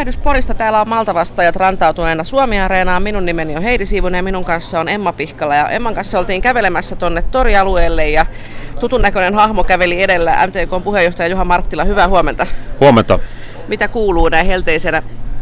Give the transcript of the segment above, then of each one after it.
Lähetys Porista. Täällä on Malta-vastaajat rantautuneena Suomi-areenaan. Minun nimeni on Heidi Siivonen ja minun kanssa on Emma Pihkala. Ja Emman kanssa oltiin kävelemässä tonne torialueelle ja tutun näköinen hahmo käveli edellä. MTK:n puheenjohtaja Juha Marttila, hyvää huomenta. Huomenta. Mitä kuuluu näin helteisenä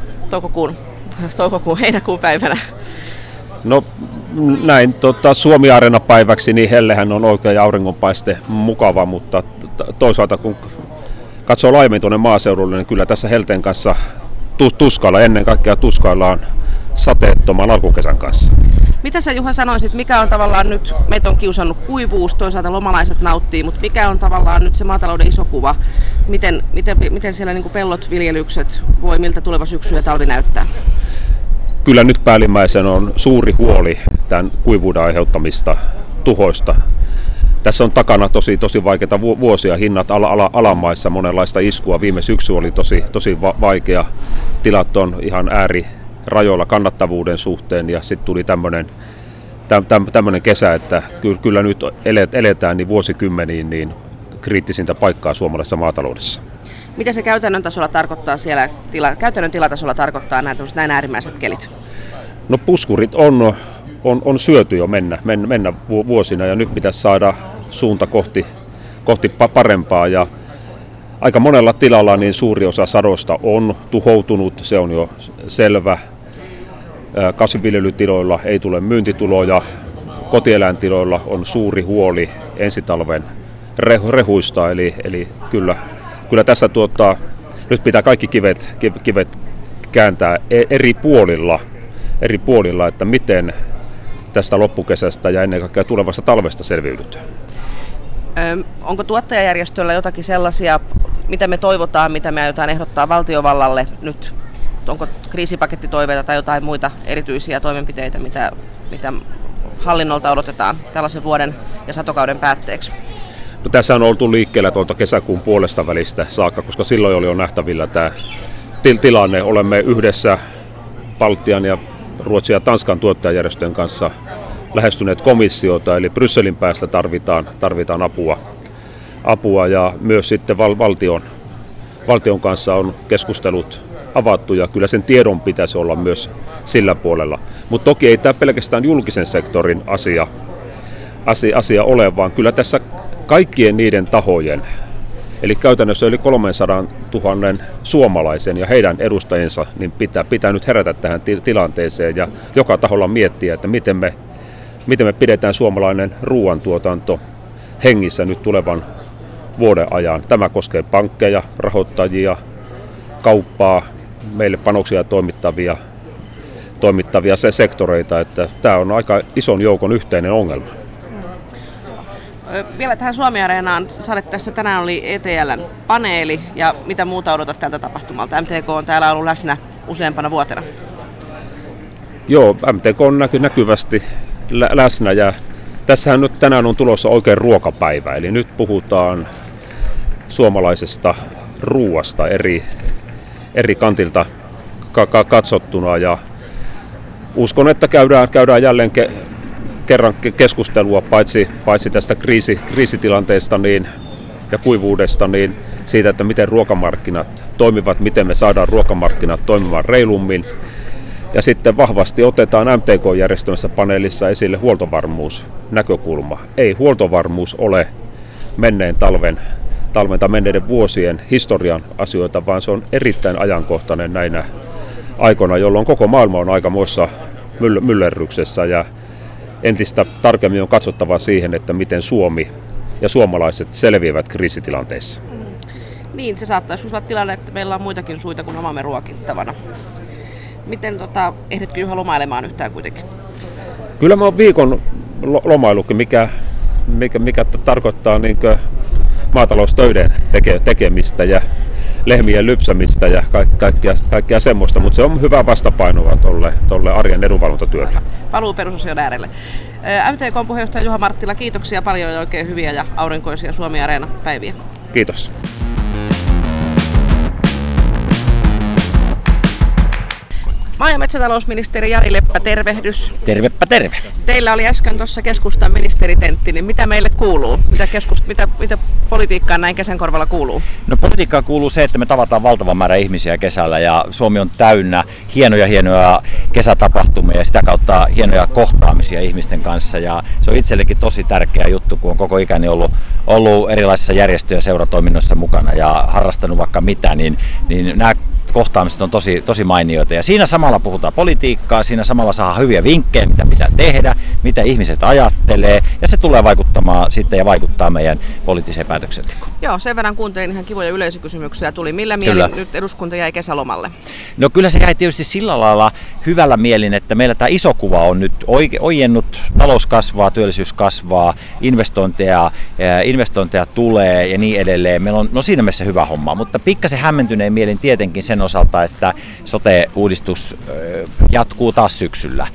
heinäkuun päivänä? No näin Suomi-areena-päiväksi, niin hellehän on oikein auringonpaiste mukava, mutta toisaalta kun katsoo laajemmin tuonne maaseudulle, niin kyllä tässä helteen kanssa ennen kaikkea tuskaillaan sateettoman alkukesän kanssa. Mitä sä, Juha, sanoisit, mikä on tavallaan nyt, meitä on kiusannut kuivuus, toisaalta lomalaiset nauttii, mutta mikä on tavallaan nyt se maatalouden iso kuva? Miten siellä niin kuin pellot, viljelykset voi, miltä tuleva syksy ja talvi näyttää? Kyllä nyt päällimmäisen on suuri huoli tämän kuivuuden aiheuttamista tuhoista. Tässä on takana tosi vaikeita vuosia, hinnat alamaissa, monenlaista iskua. Viime syksy oli tosi vaikea. Tilat on ihan äärirajoilla kannattavuuden suhteen ja sitten tuli tämmöinen kesä, että kyllä nyt eletään niin vuosikymmeniin niin kriittisintä paikkaa suomalaisessa maataloudessa. Mitä se käytännön tasolla tarkoittaa siellä, käytännön tilatasolla tarkoittaa näin äärimmäiset kelit? No puskurit on syöty jo mennä vuosina ja nyt pitäisi saada suunta kohti parempaa ja aika monella tilalla niin suuri osa sadosta on tuhoutunut, se on jo selvä. Kasvinviljelytiloilla ei tule myyntituloja, kotieläintiloilla on suuri huoli ensitalven rehuista, eli kyllä tässä nyt pitää kaikki kivet kääntää eri puolilla, että miten tästä loppukesästä ja ennen kaikkea tulevasta talvesta selviydytään. Onko tuottajajärjestöllä jotakin sellaisia, mitä me toivotaan, mitä me aiotaan ehdottaa valtiovallalle nyt? Onko kriisipakettitoiveita tai jotain muita erityisiä toimenpiteitä, mitä hallinnolta odotetaan tällaisen vuoden ja satokauden päätteeksi? No, tässä on oltu liikkeellä tuolta kesäkuun puolesta välistä saakka, koska silloin oli jo nähtävillä tämä tilanne. Olemme yhdessä Baltian ja Ruotsin ja Tanskan tuottajajärjestöjen kanssa lähestyneet komissiota, eli Brysselin päästä tarvitaan apua ja myös sitten valtion kanssa on keskustelut avattu ja kyllä sen tiedon pitäisi olla myös sillä puolella. Mutta toki ei tämä pelkästään julkisen sektorin asia ole, vaan kyllä tässä kaikkien niiden tahojen, eli käytännössä yli 300 000 suomalaisen ja heidän edustajiensa, niin pitää nyt herätä tähän tilanteeseen ja joka taholla miettiä, että miten me pidetään suomalainen ruoantuotanto hengissä nyt tulevan vuoden ajan. Tämä koskee pankkeja, rahoittajia, kauppaa, meille panoksia toimittavia sektoreita, että tämä on aika ison joukon yhteinen ongelma. Vielä tähän Suomi-areenaan. Tässä tänään oli ETL:n paneeli ja mitä muuta odotat tältä tapahtumalta? MTK on täällä ollut läsnä useampana vuotena. Joo, MTK on näkyvästi läsnä ja tässähän nyt tänään on tulossa oikein ruokapäivä, eli nyt puhutaan suomalaisesta ruuasta eri kantilta katsottuna ja uskon, että käydään jälleen kerran keskustelua paitsi tästä kriisitilanteesta ja kuivuudesta, niin siitä, että miten ruokamarkkinat toimivat, miten me saadaan ruokamarkkinat toimimaan reilummin. Ja sitten vahvasti otetaan MTK-järjestämässä paneelissa esille huoltovarmuusnäkökulma. Ei huoltovarmuus ole menneen talven tai menneiden vuosien historian asioita, vaan se on erittäin ajankohtainen näinä aikoina, jolloin koko maailma on aikamoissa myllerryksessä ja entistä tarkemmin on katsottava siihen, että miten Suomi ja suomalaiset selviävät kriisitilanteissa. Niin, se saattaisi olla tilanne, että meillä on muitakin suita kuin omamme ruokittavana. Miten ehditkö Juha lomailemaan yhtään kuitenkin? Kyllä mä oon viikon lomailukin, mikä tarkoittaa maataloustöiden tekemistä ja lehmien lypsämistä ja kaikkea semmoista, mutta se on hyvä vastapainoa tuolle arjen edunvalvontatyölle. Paluu perusasioiden äärelle. MTK:n puheenjohtaja Juha Marttila, kiitoksia paljon ja oikein hyviä ja aurinkoisia Suomi-areena-päiviä. Kiitos. Maa- ja metsätalousministeri Jari Leppä, tervehdys. Tervepä terve. Teillä oli äsken tuossa keskustan ministeritentti, niin mitä meille kuuluu? Mitä politiikkaan näin kesän korvalla kuuluu? No politiikkaan kuuluu se, että me tavataan valtava määrä ihmisiä kesällä ja Suomi on täynnä hienoja kesätapahtumia ja sitä kautta hienoja kohtaamisia ihmisten kanssa. Ja se on itsellekin tosi tärkeä juttu, kun on koko ikäni ollut erilaisissa järjestö- ja seuratoiminnoissa mukana ja harrastanut vaikka mitä, niin nämä kohtaamiset on tosi mainioita. Ja siinä samalla puhutaan politiikkaa, siinä samalla saa hyviä vinkkejä, mitä pitää tehdä, mitä ihmiset ajattelee, ja se tulee vaikuttamaan sitten ja vaikuttaa meidän poliittiseen päätöksentekoon. Joo, sen verran kuuntelin ihan kivoja yleisökysymyksiä tuli. Millä mielin nyt eduskunta jäi kesälomalle? No kyllä se jäi tietysti sillä lailla hyvällä mielin, että meillä tämä iso kuva on nyt ojennut, talous kasvaa, työllisyys kasvaa, investointeja tulee ja niin edelleen. Meillä on siinä mielessä hyvä homma, mutta pikkasen hämmentyneen mielin tietenkin sen osalta, että sote-uudistus jatkuu taas syksyllä.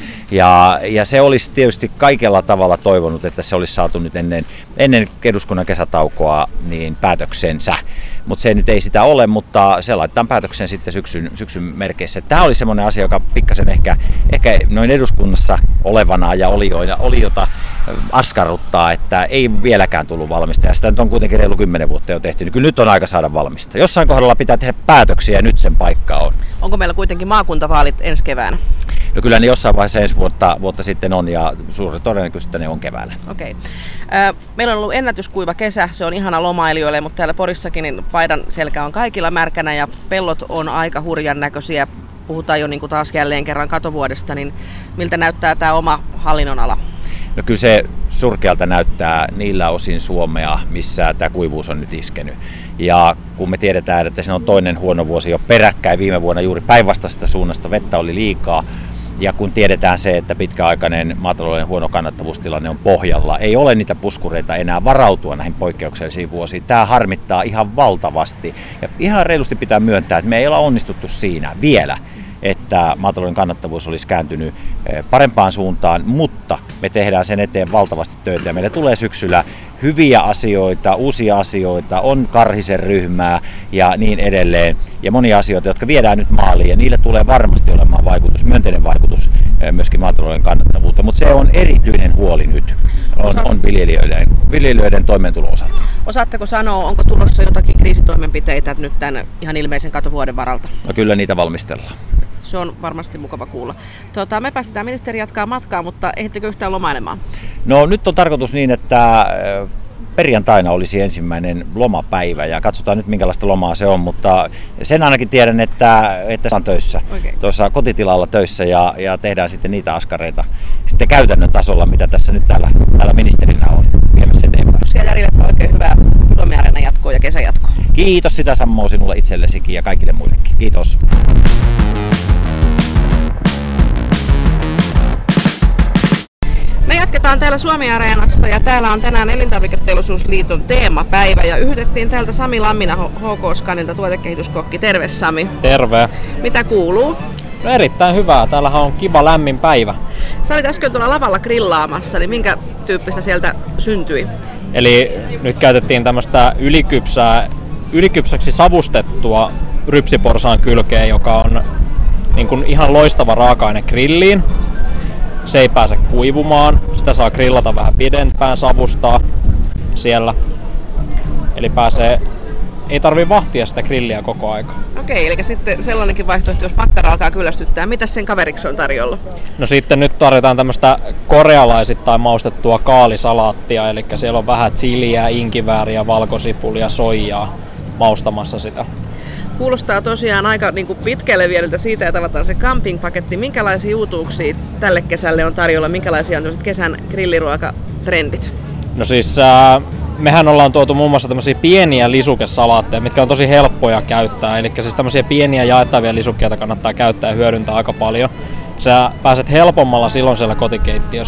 Ja se olisi tietysti kaikella tavalla toivonut, että se olisi saatu nyt ennen eduskunnan kesätaukoa niin päätöksensä. Mutta se nyt ei sitä ole, mutta se laitetaan päätökseen sitten syksyn merkeissä. Tämä oli semmoinen asia, joka pikkasen ehkä noin eduskunnassa olevana ja olijoita askarruttaa, että ei vieläkään tullut valmista. Ja sitä nyt on kuitenkin reilu 10 vuotta jo tehty, niin kyllä nyt on aika saada valmista. Jossain kohdalla pitää tehdä päätöksiä ja nyt sen paikka on. Onko meillä kuitenkin maakuntavaalit ensi keväänä? No kyllä ne jossain vaiheessa ensi vuotta sitten on ja suuri todennäköisesti ne on keväällä. Okei. Meillä on ollut ennätyskuiva kesä, se on ihana lomailijoille, mutta täällä Porissakin niin paidan selkä on kaikilla märkänä ja pellot on aika hurjan näköisiä. Puhutaan jo niin kuin taas jälleen kerran katovuodesta, niin miltä näyttää tämä oma hallinnonala? No kyllä se surkealta näyttää niillä osin Suomea, missä tämä kuivuus on nyt iskenyt. Ja kun me tiedetään, että se on toinen huono vuosi jo peräkkäin, viime vuonna juuri päinvastaisesta suunnasta vettä oli liikaa, ja kun tiedetään se, että pitkäaikainen maatalouden huono kannattavuustilanne on pohjalla, ei ole niitä puskureita enää varautua näihin poikkeuksellisiin vuosiin. Tämä harmittaa ihan valtavasti. Ja ihan reilusti pitää myöntää, että me ei olla onnistuttu siinä vielä, että maatalouden kannattavuus olisi kääntynyt parempaan suuntaan, mutta me tehdään sen eteen valtavasti töitä ja meille tulee syksyllä hyviä asioita, uusia asioita, on Karhisen ryhmää ja niin edelleen ja monia asioita, jotka viedään nyt maaliin ja niille tulee varmasti olemaan myönteinen vaikutus myöskin maatalouden kannattavuuteen, mutta se on erityinen huoli nyt on viljelijöiden toimeentulon osalta. Osaatteko sanoa, onko tulossa jotakin kriisitoimenpiteitä nyt tämän ihan ilmeisen katovuoden varalta? No kyllä niitä valmistellaan. Se on varmasti mukava kuulla. Me päästetään ministeri jatkaa matkaa, mutta ehdittekö yhtään lomailemaan? No nyt on tarkoitus niin, että perjantaina olisi ensimmäinen lomapäivä ja katsotaan nyt minkälaista lomaa se on, mutta sen ainakin tiedän, että on töissä, tuossa kotitilalla töissä ja tehdään sitten niitä askareita sitten käytännön tasolla, mitä tässä nyt täällä ministerinä on viemässä eteenpäin. Siellä Jari Leppä, oikein hyvää Suomi-areenan jatkoa ja kesäjatkoa. Kiitos sitä samoin sinulle itsellesikin ja kaikille muillekin. Kiitos. Me jatketaan täällä Suomi-areenassa ja täällä on tänään Elintarviketeollisuusliiton teemapäivä ja yhdettiin täältä Sami Lammina HK-Scanilta tuotekehityskokki. Terve Sami. Terve. Mitä kuuluu? No erittäin hyvää. Täällähän on kiva lämmin päivä. Sä olit äsken tuolla lavalla grillaamassa, niin minkä tyyppistä sieltä syntyi? Eli nyt käytettiin tämmöistä ylikypsäksi savustettua rypsiporsaan kylkeä, joka on niin kuin ihan loistava raaka-aine grilliin. Se ei pääse kuivumaan, sitä saa grillata vähän pidempään, savustaa siellä. Eli ei tarvii vahtia sitä grilliä koko aika. Okei, eli sitten sellainenkin vaihtoehto, jos makkara alkaa kyllästyttää. Mitäs sen kaveriksi on tarjolla? No sitten nyt tarjotaan tämmöistä korealaisittain maustettua kaalisalaattia, eli siellä on vähän chiliä, inkivääriä, valkosipulia, soijaa maustamassa sitä. Kuulostaa tosiaan aika pitkälle vieniltä siitä, että avataan se camping-paketti. Minkälaisia uutuuksia tälle kesälle on tarjolla? Minkälaisia on kesän grilliruokatrendit? No siis mehän ollaan tuotu muun muassa tämmöisiä pieniä lisukesalaatteja, mitkä on tosi helppoja käyttää. Eli siis tämmöisiä pieniä jaettavia lisukkeita kannattaa käyttää ja hyödyntää aika paljon. Sä pääset helpommalla silloin siellä kotikeittiössä.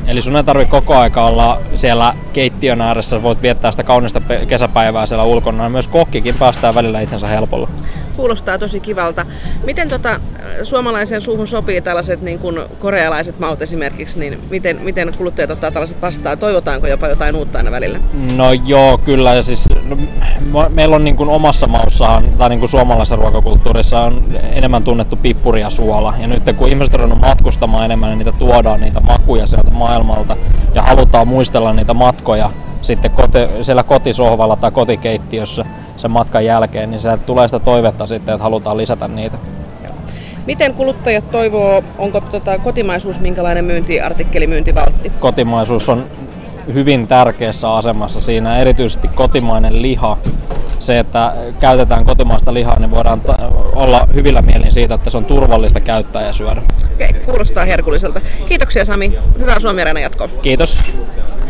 Eli sun ei tarvitse koko aika olla siellä keittiön ääressä, voit viettää sitä kaunista kesäpäivää siellä ulkona. Myös kokkikin päästää välillä itsensä helpolla. Kuulostaa tosi kivalta. Miten suomalaisen suuhun sopii tällaiset niin kuin korealaiset maut esimerkiksi, niin miten kuluttajat ottaa tällaiset vastaan? Toivotaanko jopa jotain uutta aina välillä? No joo, kyllä. Ja siis, meillä on niin kuin omassa maussahan, tai niin kuin suomalaisessa ruokakulttuurissa on enemmän tunnettu pippuri ja suola. Ja nyt kun ihmiset on ruvennut matkustamaan enemmän, niin niitä tuodaan niitä makuja sieltä maailmalta. Ja halutaan muistella niitä matkoja sitten siellä kotisohvalla tai kotikeittiössä sen matkan jälkeen, niin sieltä tulee sitä toivetta sitten, että halutaan lisätä niitä. Miten kuluttajat toivoo, onko kotimaisuus minkälainen myyntivaltti? Kotimaisuus on hyvin tärkeässä asemassa siinä, erityisesti kotimainen liha. Se, että käytetään kotimaista lihaa, niin voidaan olla hyvillä mielin siitä, että se on turvallista käyttää ja syödä. Okei, kuulostaa herkulliselta. Kiitoksia Sami, hyvää Suomi-areenan jatkoa. Kiitos.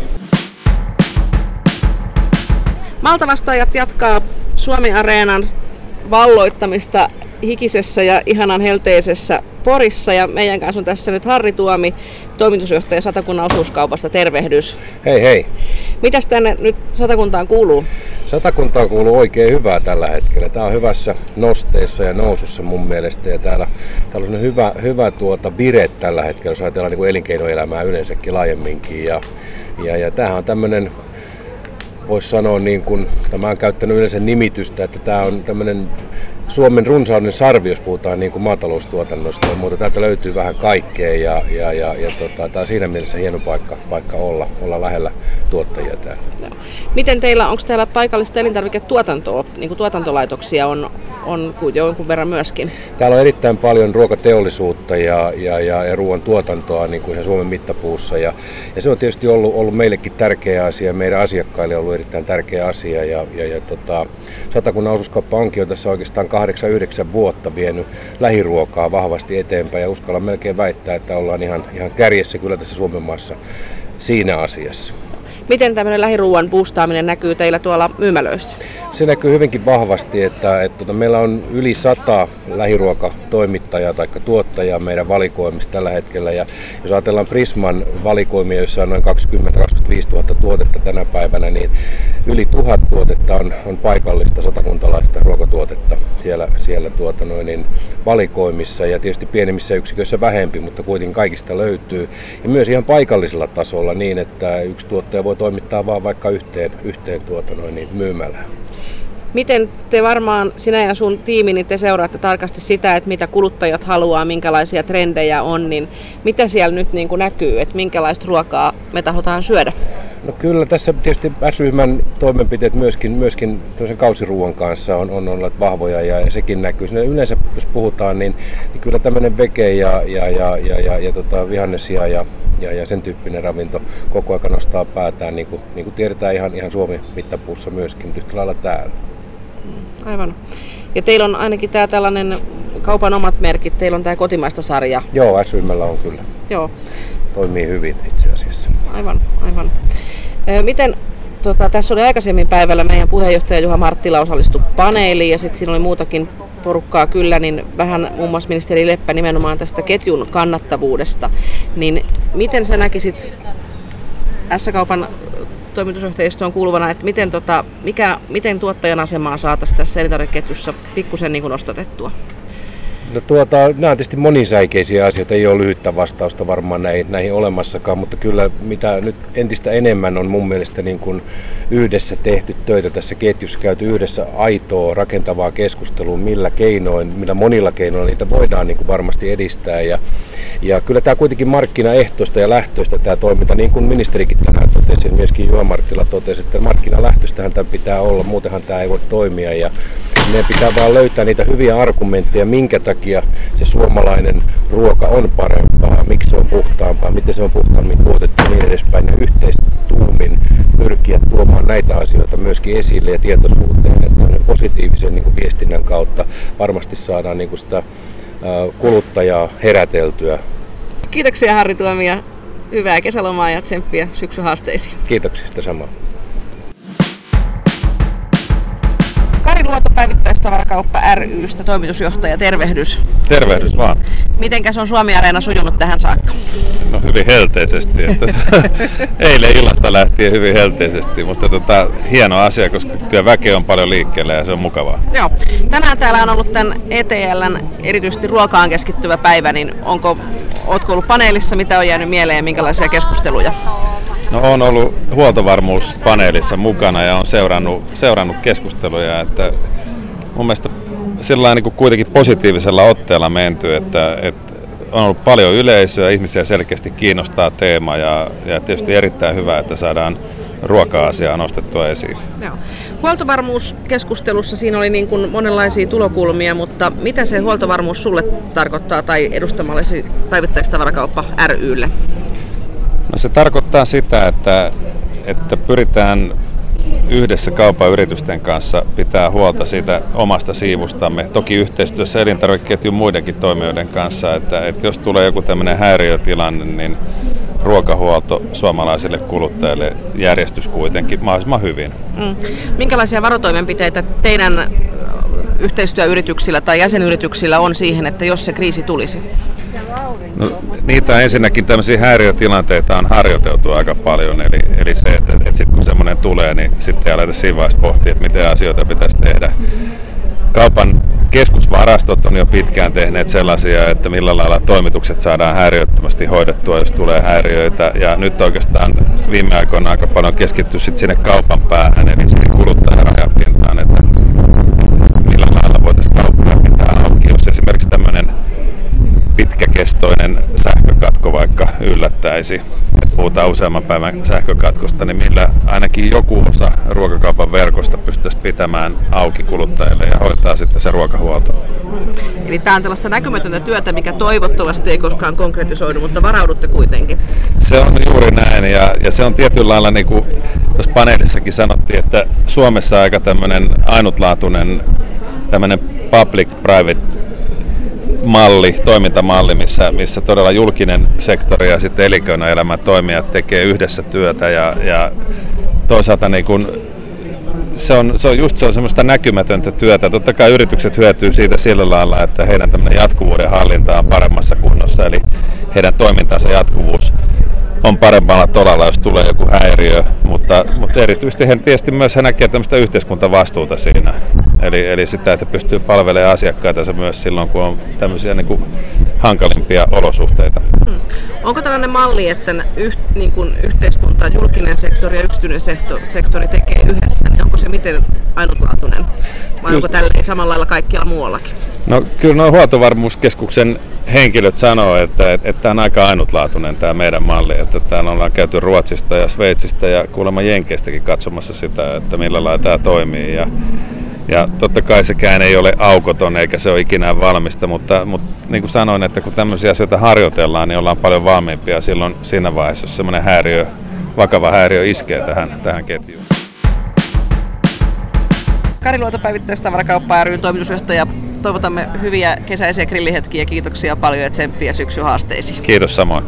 Maltavastaajat jatkaa Suomi-areenan valloittamista hikisessä ja ihanan helteisessä Porissa, ja meidän kanssa on tässä nyt Harri Tuomi, toimitusjohtaja Satakunnan osuuskaupasta. Tervehdys. Hei hei. Mitäs tänne nyt Satakuntaan kuuluu? Satakuntaan kuuluu oikein hyvää tällä hetkellä. Tämä on hyvässä nosteessa ja nousussa mun mielestä, ja täällä on hyvä vire tällä hetkellä, jos ajatellaan niin kuin elinkeinoelämää yleensäkin laajemminkin. Ja tämähän on tämmöinen, voisi sanoa, niin kuin, tämä on käyttänyt yleensä nimitystä, että tämä on tämmöinen Suomen runsauden sarvi, jos puhutaan niin kuin maataloustuotannosta ja muuta. Täältä löytyy vähän kaikkea ja tämä on siinä mielessä hieno paikka olla lähellä tuottajia täällä. No. Miten onko täällä paikallista elintarviketuotantoa, niin kuin tuotantolaitoksia on jonkun verran myöskin? Täällä on erittäin paljon ruokateollisuutta ja ruoan tuotantoa niin kuin ihan Suomen mittapuussa. Ja se on tietysti ollut meillekin tärkeä asia, meidän asiakkaille on ollut erittäin tärkeä asia. Satakunnan osuuskauppa onkin jo tässä oikeastaan 8-9 vuotta vienyt lähiruokaa vahvasti eteenpäin, ja uskallan melkein väittää, että ollaan ihan kärjessä kyllä tässä Suomen maassa siinä asiassa. Miten tämmöinen lähiruuan boostaaminen näkyy teillä tuolla myymälöissä? Se näkyy hyvinkin vahvasti, että meillä on yli 100 lähiruokatoimittajaa tai tuottajaa meidän valikoimissa tällä hetkellä. Ja jos ajatellaan Prisman valikoimia, joissa on noin 20-25 000 tuotetta tänä päivänä, niin yli 1000 tuotetta on paikallista satakuntalaista ruokatuotetta siellä valikoimissa. Ja tietysti pienemmissä yksiköissä vähempi, mutta kuitenkin kaikista löytyy. Ja myös ihan paikallisella tasolla niin, että yksi tuottaja voi toimittaa vaan vaikka yhteen myymälään. Miten te varmaan, sinä ja sun tiimi, niin te seuraatte tarkasti sitä, että mitä kuluttajat haluaa, minkälaisia trendejä on, niin mitä siellä nyt niin kuin näkyy, että minkälaista ruokaa me tahotaan syödä? No kyllä, tässä tietysti S-ryhmän toimenpiteet myöskin kausiruuan kanssa on olleet vahvoja, ja sekin näkyy. Yleensä jos puhutaan, niin kyllä tämmöinen vege ja vihannesia ja sen tyyppinen ravinto koko ajan nostaa päätään, niin kuin tiedetään ihan Suomen mittapuussa myöskin, yhtä lailla täällä. Aivan. Ja teillä on ainakin tämä tällainen kaupan omat merkit, teillä on tämä kotimaista sarja. Joo, S-ryhmällä on kyllä. Joo. Toimii hyvin itse asiassa. Aivan. Miten, tässä oli aikaisemmin päivällä meidän puheenjohtaja Juha Marttila osallistui paneeliin, ja sitten siinä oli muutakin porukkaa kyllä, niin vähän muun muassa ministeri Leppä nimenomaan tästä ketjun kannattavuudesta. Niin miten sä näkisit S-kaupan toimitusjohtajistoon kuuluvana, että miten tuottajan asemaa saataisiin tässä elintarvikeketjussa pikkusen niin kuin nostatettua? No nämä on tietysti monisäikeisiä asioita, ei ole lyhyttä vastausta varmaan näihin olemassakaan, mutta kyllä mitä nyt entistä enemmän on mun mielestä niin kuin yhdessä tehty töitä tässä ketjussa, käyty yhdessä aitoa, rakentavaa keskustelua, millä monilla keinoilla niitä voidaan niin kuin varmasti edistää. Ja kyllä tämä kuitenkin markkinaehtoista ja lähtöistä tämä toiminta, niin kuin ministerikin tänään totesi, myöskin Juha Marttila totesi, että markkinalähtöistähän tämä pitää olla, muutenhan tämä ei voi toimia. Ja meidän pitää vaan löytää niitä hyviä argumentteja, minkä takia se suomalainen ruoka on parempaa, miksi se on puhtaampaa, miten se on puhtaammin tuotettu ja niin edespäin. Ja yhteistuumin pyrkiä tuomaan näitä asioita myöskin esille ja tietoisuuteen, että positiivisen niin kuin viestinnän kautta varmasti saadaan niin kuin sitä kuluttajaa heräteltyä. Kiitoksia Harri Tuomi ja hyvää kesälomaa ja tsemppiä syksyhaasteisiin. Kiitoksia sitä samaa. Kari Luoto Päivittäistavarakauppa ry:stä toimitusjohtaja, tervehdys. Tervehdys vaan. Mitenkäs on Suomi-areena sujunut tähän saakka? No hyvin helteisesti. Eilen illasta lähtien hyvin helteisesti, mutta hieno asia, koska kyllä väkeä on paljon liikkeellä ja se on mukavaa. Joo. Tänään täällä on ollut tämän ETL:n erityisesti ruokaan keskittyvä päivä, niin ootko ollut paneelissa, mitä on jäänyt mieleen ja minkälaisia keskusteluja? No olen ollut huoltovarmuuspaneelissa mukana ja olen seurannut keskusteluja, että mun mielestä sillä niin kuin kuitenkin positiivisella otteella menty, että on ollut paljon yleisöä, ihmisiä selkeästi kiinnostaa teema ja tietysti erittäin hyvä, että saadaan ruoka-asiaa nostettua esiin. Joo. Huoltovarmuuskeskustelussa siinä oli niin kuin monenlaisia tulokulmia, mutta mitä se huoltovarmuus sulle tarkoittaa tai edustamallesi Päivittäistavarakauppa ry:lle? No se tarkoittaa sitä, että pyritään yhdessä kaupan yritysten kanssa pitää huolta siitä omasta siivustamme. Toki yhteistyössä elintarvikeketjun muidenkin toimijoiden kanssa, että jos tulee joku tämmöinen häiriötilanne, niin ruokahuolto suomalaisille kuluttajille järjestys kuitenkin mahdollisimman hyvin. Minkälaisia varotoimenpiteitä teidän yhteistyöyrityksillä tai jäsenyrityksillä on siihen, että jos se kriisi tulisi? No, niitä ensinnäkin tämmöisiä häiriötilanteita on harjoiteltu aika paljon, eli se, että sitten kun semmoinen tulee, niin sitten aletaan siinä vaiheessa pohtia, että miten asioita pitäisi tehdä. Kaupan keskusvarastot on jo pitkään tehneet sellaisia, että millä lailla toimitukset saadaan häiriöttömästi hoidettua, jos tulee häiriöitä. Ja nyt oikeastaan viime aikoina aika paljon keskittyy sitten sinne kaupan päähän, eli siihen kuluttajan rajapintaan, että millä lailla voitaisiin kauppoja pitää auki, jos esimerkiksi tämmöinen pitkäkestoinen sähkökatko vaikka yllättäisi, että puhutaan useamman päivän sähkökatkosta, niin millä ainakin joku osa ruokakaupan verkosta pystyisi pitämään auki kuluttajille ja hoitaa sitten se ruokahuolto. Eli tämä on tällaista näkymätöntä työtä, mikä toivottavasti ei koskaan konkretisoidu, mutta varaudutte kuitenkin. Se on juuri näin ja se on tietyllä lailla, niin kuin tuossa paneelissakin sanottiin, että Suomessa on aika tämmöinen ainutlaatuinen tämmöinen public-private toimintamalli, missä todella julkinen sektori ja sitten elinkeinoelämän toimijat tekee yhdessä työtä ja toisaalta niin kun se on semmoista näkymätöntä työtä. Totta kai yritykset hyötyy siitä sillä lailla, että heidän tämmöinen jatkuvuuden hallinta on paremmassa kunnossa, eli heidän toimintansa jatkuvuus on paremmalla tolalla, jos tulee joku häiriö, mutta erityisesti he tietysti myös näkee tämmöistä yhteiskuntavastuuta siinä. Eli sitä, että pystyy palvelemaan asiakkaitansa myös silloin, kun on tämmöisiä niin kuin hankalimpia olosuhteita. Onko tällainen malli, että niin kuin yhteiskunta, julkinen sektori ja yksityinen sektori tekee yhdessä, niin onko se miten ainutlaatuinen? Vai onko tälleen samalla lailla kaikkialla muuallakin? No kyllä nuo Huoltovarmuuskeskuksen henkilöt sanoo, että tämä on aika ainutlaatuinen tämä meidän malli, että täällä ollaan käyty Ruotsista ja Sveitsistä ja kuulemma Jenkeistäkin katsomassa sitä, että millä lailla tämä toimii. Ja totta kai sekään ei ole aukoton eikä se ole ikinä valmista, mutta niin kuin sanoin, että kun tämmöisiä asioita harjoitellaan, niin ollaan paljon valmiimpia silloin siinä vaiheessa, jos semmoinen vakava häiriö iskee tähän ketjuun. Kari Luoto, Päivittäistavarakauppa ry:n toimitusjohtaja. Toivotamme hyviä kesäisiä grillihetkiä. Kiitoksia paljon ja tsemppiä syksyn haasteisiin. Kiitos samoin.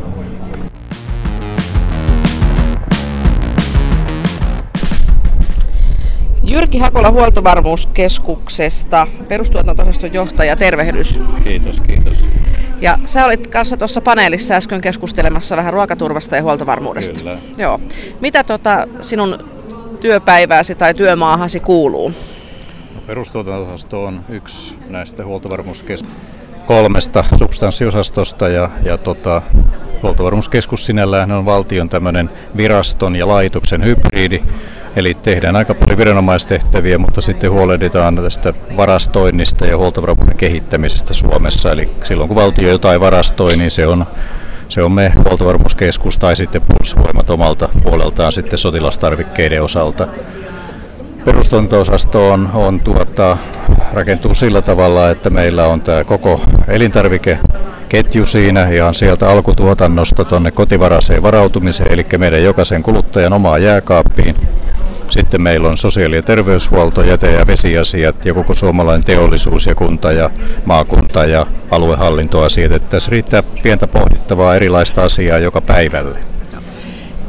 Jyrki Hakola Huoltovarmuuskeskuksesta, perustuotanto-osaston johtaja, tervehdys. Kiitos. Ja sä olit kanssa tuossa paneelissa äsken keskustelemassa vähän ruokaturvasta ja huoltovarmuudesta. Kyllä. Joo. Mitä sinun työpäivääsi tai työmaahasi kuuluu? Perustuotanto-osasto on yksi näistä huoltovarmuuskeskuksen 3 substanssiosastosta ja huoltovarmuuskeskus sinällään on valtion tämmöinen viraston ja laitoksen hybridi. Eli tehdään aika paljon viranomaistehtäviä, mutta sitten huolehditaan tästä varastoinnista ja huoltovarmuuden kehittämisestä Suomessa. Eli silloin kun valtio jotain varastoi, niin se on me huoltovarmuuskeskus tai sitten Puolustusvoimat omalta puoleltaan sitten sotilastarvikkeiden osalta. Perustuotanto-osasto rakentuu sillä tavalla, että meillä on tämä koko elintarvikeketju siinä ihan sieltä alkutuotannosta tuonne kotivaraseen varautumiseen, eli meidän jokaisen kuluttajan omaa jääkaappiin. Sitten meillä on sosiaali- ja terveyshuolto, jäte- ja vesiasiat ja koko suomalainen teollisuus ja kunta ja maakunta ja aluehallintoasiat. Että tässä riittää pientä pohdittavaa erilaista asiaa joka päivälle.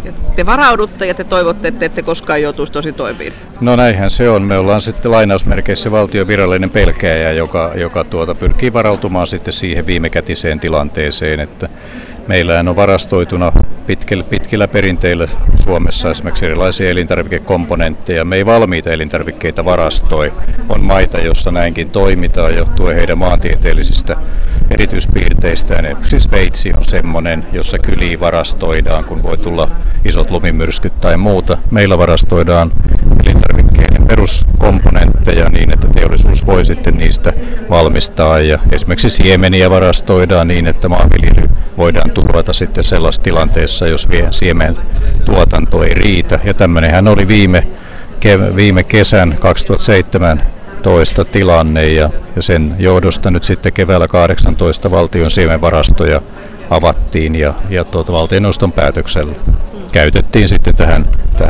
Te varaudutte ja te toivotte, että ette koskaan joutuisi tositoimiin. No näinhän se on. Me ollaan sitten lainausmerkeissä valtion virallinen pelkääjä, joka pyrkii varautumaan sitten siihen viimekätiseen tilanteeseen, että meillä on varastoituna pitkillä perinteillä Suomessa esimerkiksi erilaisia elintarvikekomponentteja. Me ei valmiita elintarvikkeita varastoi. On maita, joissa näinkin toimitaan johtuen heidän maantieteellisistä erityispiirteistään. Esimerkiksi Sveitsi on semmoinen, jossa kyliin varastoidaan, kun voi tulla isot lumimyrskyt tai muuta. Meillä varastoidaan elintarvikkeiden peruskomponentteja niin, että teollisuus voi sitten niistä valmistaa. Ja esimerkiksi siemeniä varastoidaan niin, että maanviljely voidaan turvata sitten sellaisessa tilanteessa, jos siemen tuotanto ei riitä. Ja tämmöinenhän oli viime kesän 2017 tilanne ja sen johdosta nyt sitten keväällä 2018 valtion siemenvarastoja avattiin ja valtioneuvoston päätöksellä käytettiin sitten tähän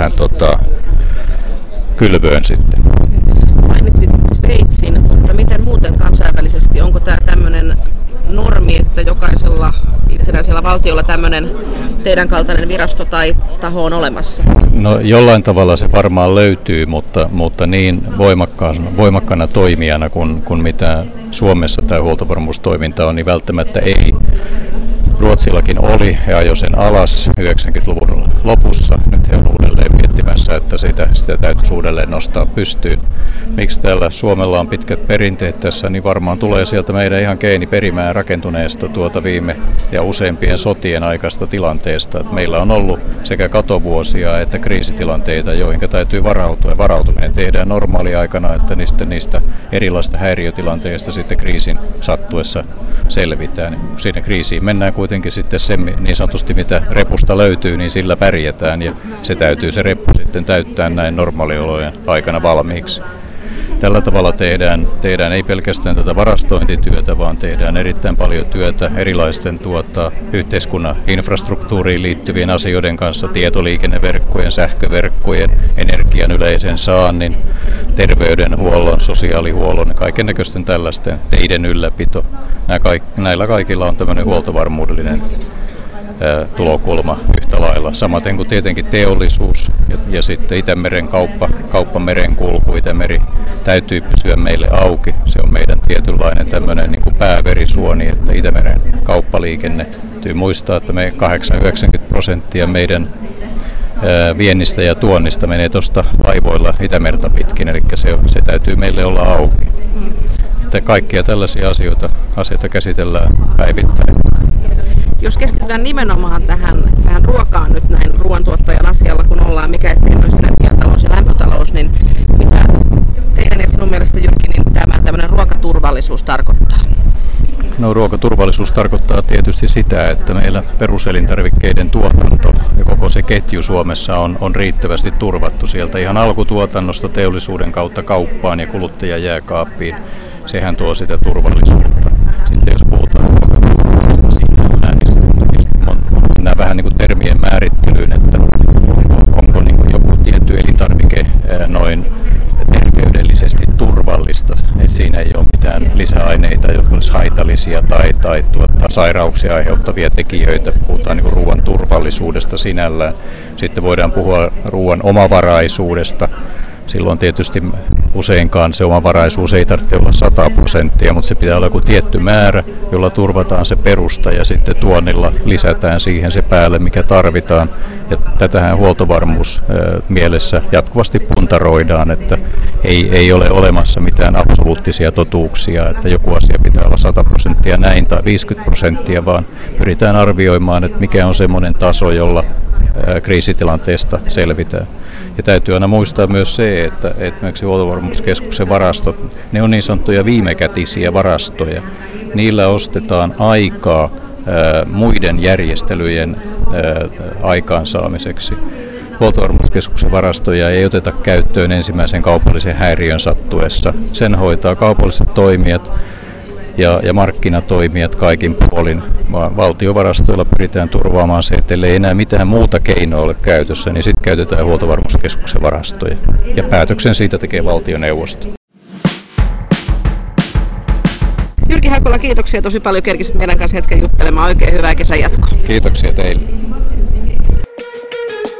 kylvöön sitten. Mainitsit Sveitsin, mutta miten muuten kansainvälisesti? Onko tämä tämmöinen normi, että jokaisella itsenäisellä valtiolla tämmöinen teidän kaltainen virasto tai taho on olemassa? No jollain tavalla se varmaan löytyy, mutta niin voimakkaana toimijana kuin mitä Suomessa tämä huoltovarmuustoiminta on, niin välttämättä ei. Ruotsillakin oli, he ajoi sen alas 90-luvun lopussa. Nyt he on uudelleen miettimässä, että sitä täytyisi uudelleen nostaa pystyyn. Miksi täällä Suomella on pitkät perinteet tässä, niin varmaan tulee sieltä meidän ihan geeniperimään rakentuneesta viime ja useimpien sotien aikaista tilanteesta. Että meillä on ollut sekä katovuosia että kriisitilanteita, joihin täytyy varautua. Ja varautuminen tehdään normaaliaikana, että niistä erilaisista häiriötilanteista sitten kriisin sattuessa selvitään. Siinä kriisiin mennään kuitenkin sitten se niin sanotusti mitä repusta löytyy, niin sillä pärjätään ja se täytyy se reppu sitten täyttää näin normaaliolojen aikana valmiiksi. Tällä tavalla tehdään ei pelkästään tätä varastointityötä, vaan tehdään erittäin paljon työtä erilaisten yhteiskunnan infrastruktuuriin liittyvien asioiden kanssa, tietoliikenneverkkojen, sähköverkkojen, energian yleisen saannin, terveydenhuollon, sosiaalihuollon ja kaikennäköisten tällaisten teiden ylläpito. Näillä kaikilla on tämmöinen huoltovarmuudellinen tulokulma yhtä lailla. Samaten kuin tietenkin teollisuus ja sitten Itämeren kauppamerenkulku. Itämeri täytyy pysyä meille auki. Se on meidän tietynlainen tämmöinen niin kuin pääverisuoni, että Itämeren kauppaliikenne. Täytyy muistaa, että me 80-90% meidän viennistä ja tuonnista menee tuosta laivoilla Itämerta pitkin, eli se täytyy meille olla auki. Että kaikkia tällaisia asioita käsitellään päivittäin. Jos keskitytään nimenomaan tähän ruokaan nyt näin ruoantuottajan asialla, kun ollaan, mikä ettei myös energiatalous ja lämpötalous, niin mitä teidän ja sinun mielestä, Jyrki, niin tämä tämmöinen ruokaturvallisuus tarkoittaa? No, ruokaturvallisuus tarkoittaa tietysti sitä, että meillä peruselintarvikkeiden tuotanto ja koko se ketju Suomessa on riittävästi turvattu sieltä ihan alkutuotannosta teollisuuden kautta kauppaan ja kuluttajan jääkaappiin. Sehän tuo sitä turvallisuutta. Sitten jos puhutaan ruokaturvallisuudesta sinällään, niin mennään vähän niin kuin termien määrittelyyn, että onko niin kuin joku tietty elintarvike noin terveydellisesti turvallista. Et siinä ei ole mitään lisäaineita, jotka olisivat haitallisia tai sairauksia aiheuttavia tekijöitä. Puhutaan niin kuin ruoan turvallisuudesta sinällään. Sitten voidaan puhua ruoan omavaraisuudesta. Silloin tietysti useinkaan se omavaraisuus ei tarvitse olla 100%, mutta se pitää olla joku tietty määrä, jolla turvataan se perusta ja sitten tuonnilla lisätään siihen se päälle, mikä tarvitaan. Ja tätähän huoltovarmuus mielessä jatkuvasti puntaroidaan, että ei ole olemassa mitään absoluuttisia totuuksia, että joku asia pitää olla 100% näin tai 50%, vaan pyritään arvioimaan, että mikä on semmoinen taso, jolla kriisitilanteesta selvitään. Ja täytyy aina muistaa myös se, että esimerkiksi Huoltovarmuuskeskuksen varastot, ne on niin sanottuja viimekätisiä varastoja. Niillä ostetaan aikaa muiden järjestelyjen aikaansaamiseksi. Huoltovarmuuskeskuksen varastoja ei oteta käyttöön ensimmäisen kaupallisen häiriön sattuessa. Sen hoitaa kaupalliset toimijat ja markkinatoimijat kaikin puolin. Valtiovarastoilla pyritään turvaamaan se, että ei enää mitään muuta keinoa ole käytössä, niin sitten käytetään Huoltovarmuuskeskuksen varastoja. Ja päätöksen siitä tekee valtioneuvosto. Jyrki Hakola, kiitoksia tosi paljon. Kerkisit meidän kanssa hetken juttelemaan. Oikein hyvää kesän jatkoa. Kiitoksia teille.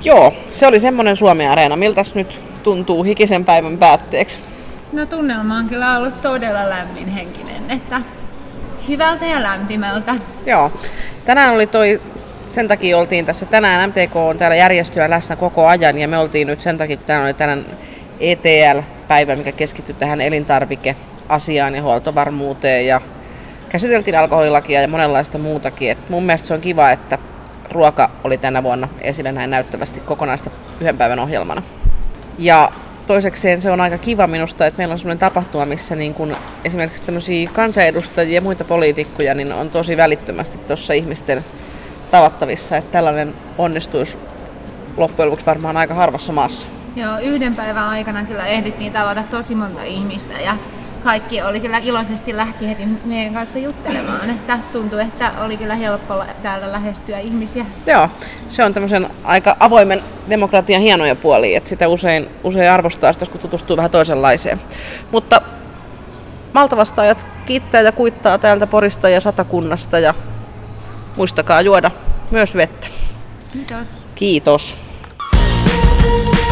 Joo, se oli semmoinen Suomi-areena. Miltäs nyt tuntuu hikisen päivän päätteeksi? No tunnelma on kyllä ollut todella lämminhenkinen, että hyvältä ja lämpimältä. Joo, tänään oli sen takia oltiin tässä tänään, MTK on täällä järjestöä läsnä koko ajan ja me oltiin nyt sen takia, kun tänään oli tänään ETL-päivä, mikä keskittyi tähän elintarvikeasiaan ja huoltovarmuuteen ja käsiteltiin alkoholilakia ja monenlaista muutakin. Et mun mielestä se on kiva, että ruoka oli tänä vuonna esillä näin näyttävästi kokonaista yhden päivän ohjelmana. Ja toisekseen se on aika kiva minusta, että meillä on sellainen tapahtuma, missä niin kun esimerkiksi tämmöisiä kansanedustajia ja muita poliitikkoja niin on tosi välittömästi tuossa ihmisten tavattavissa, että tällainen onnistuisi loppujen lopuksi varmaan aika harvassa maassa. Joo, yhden päivän aikana kyllä ehdittiin tavata tosi monta ihmistä ja kaikki oli kyllä iloisesti lähti heti meidän kanssa juttelemaan, että tuntui, että oli kyllä helppo täällä lähestyä ihmisiä. Joo, se on tämmöisen aika avoimen demokratian hienoja puolia, että sitä usein arvostaa sitä, kun tutustuu vähän toisenlaiseen. Mutta maltavastaajat kiittää ja kuittaa täältä Porista ja Satakunnasta ja muistakaa juoda myös vettä. Kiitos. Kiitos.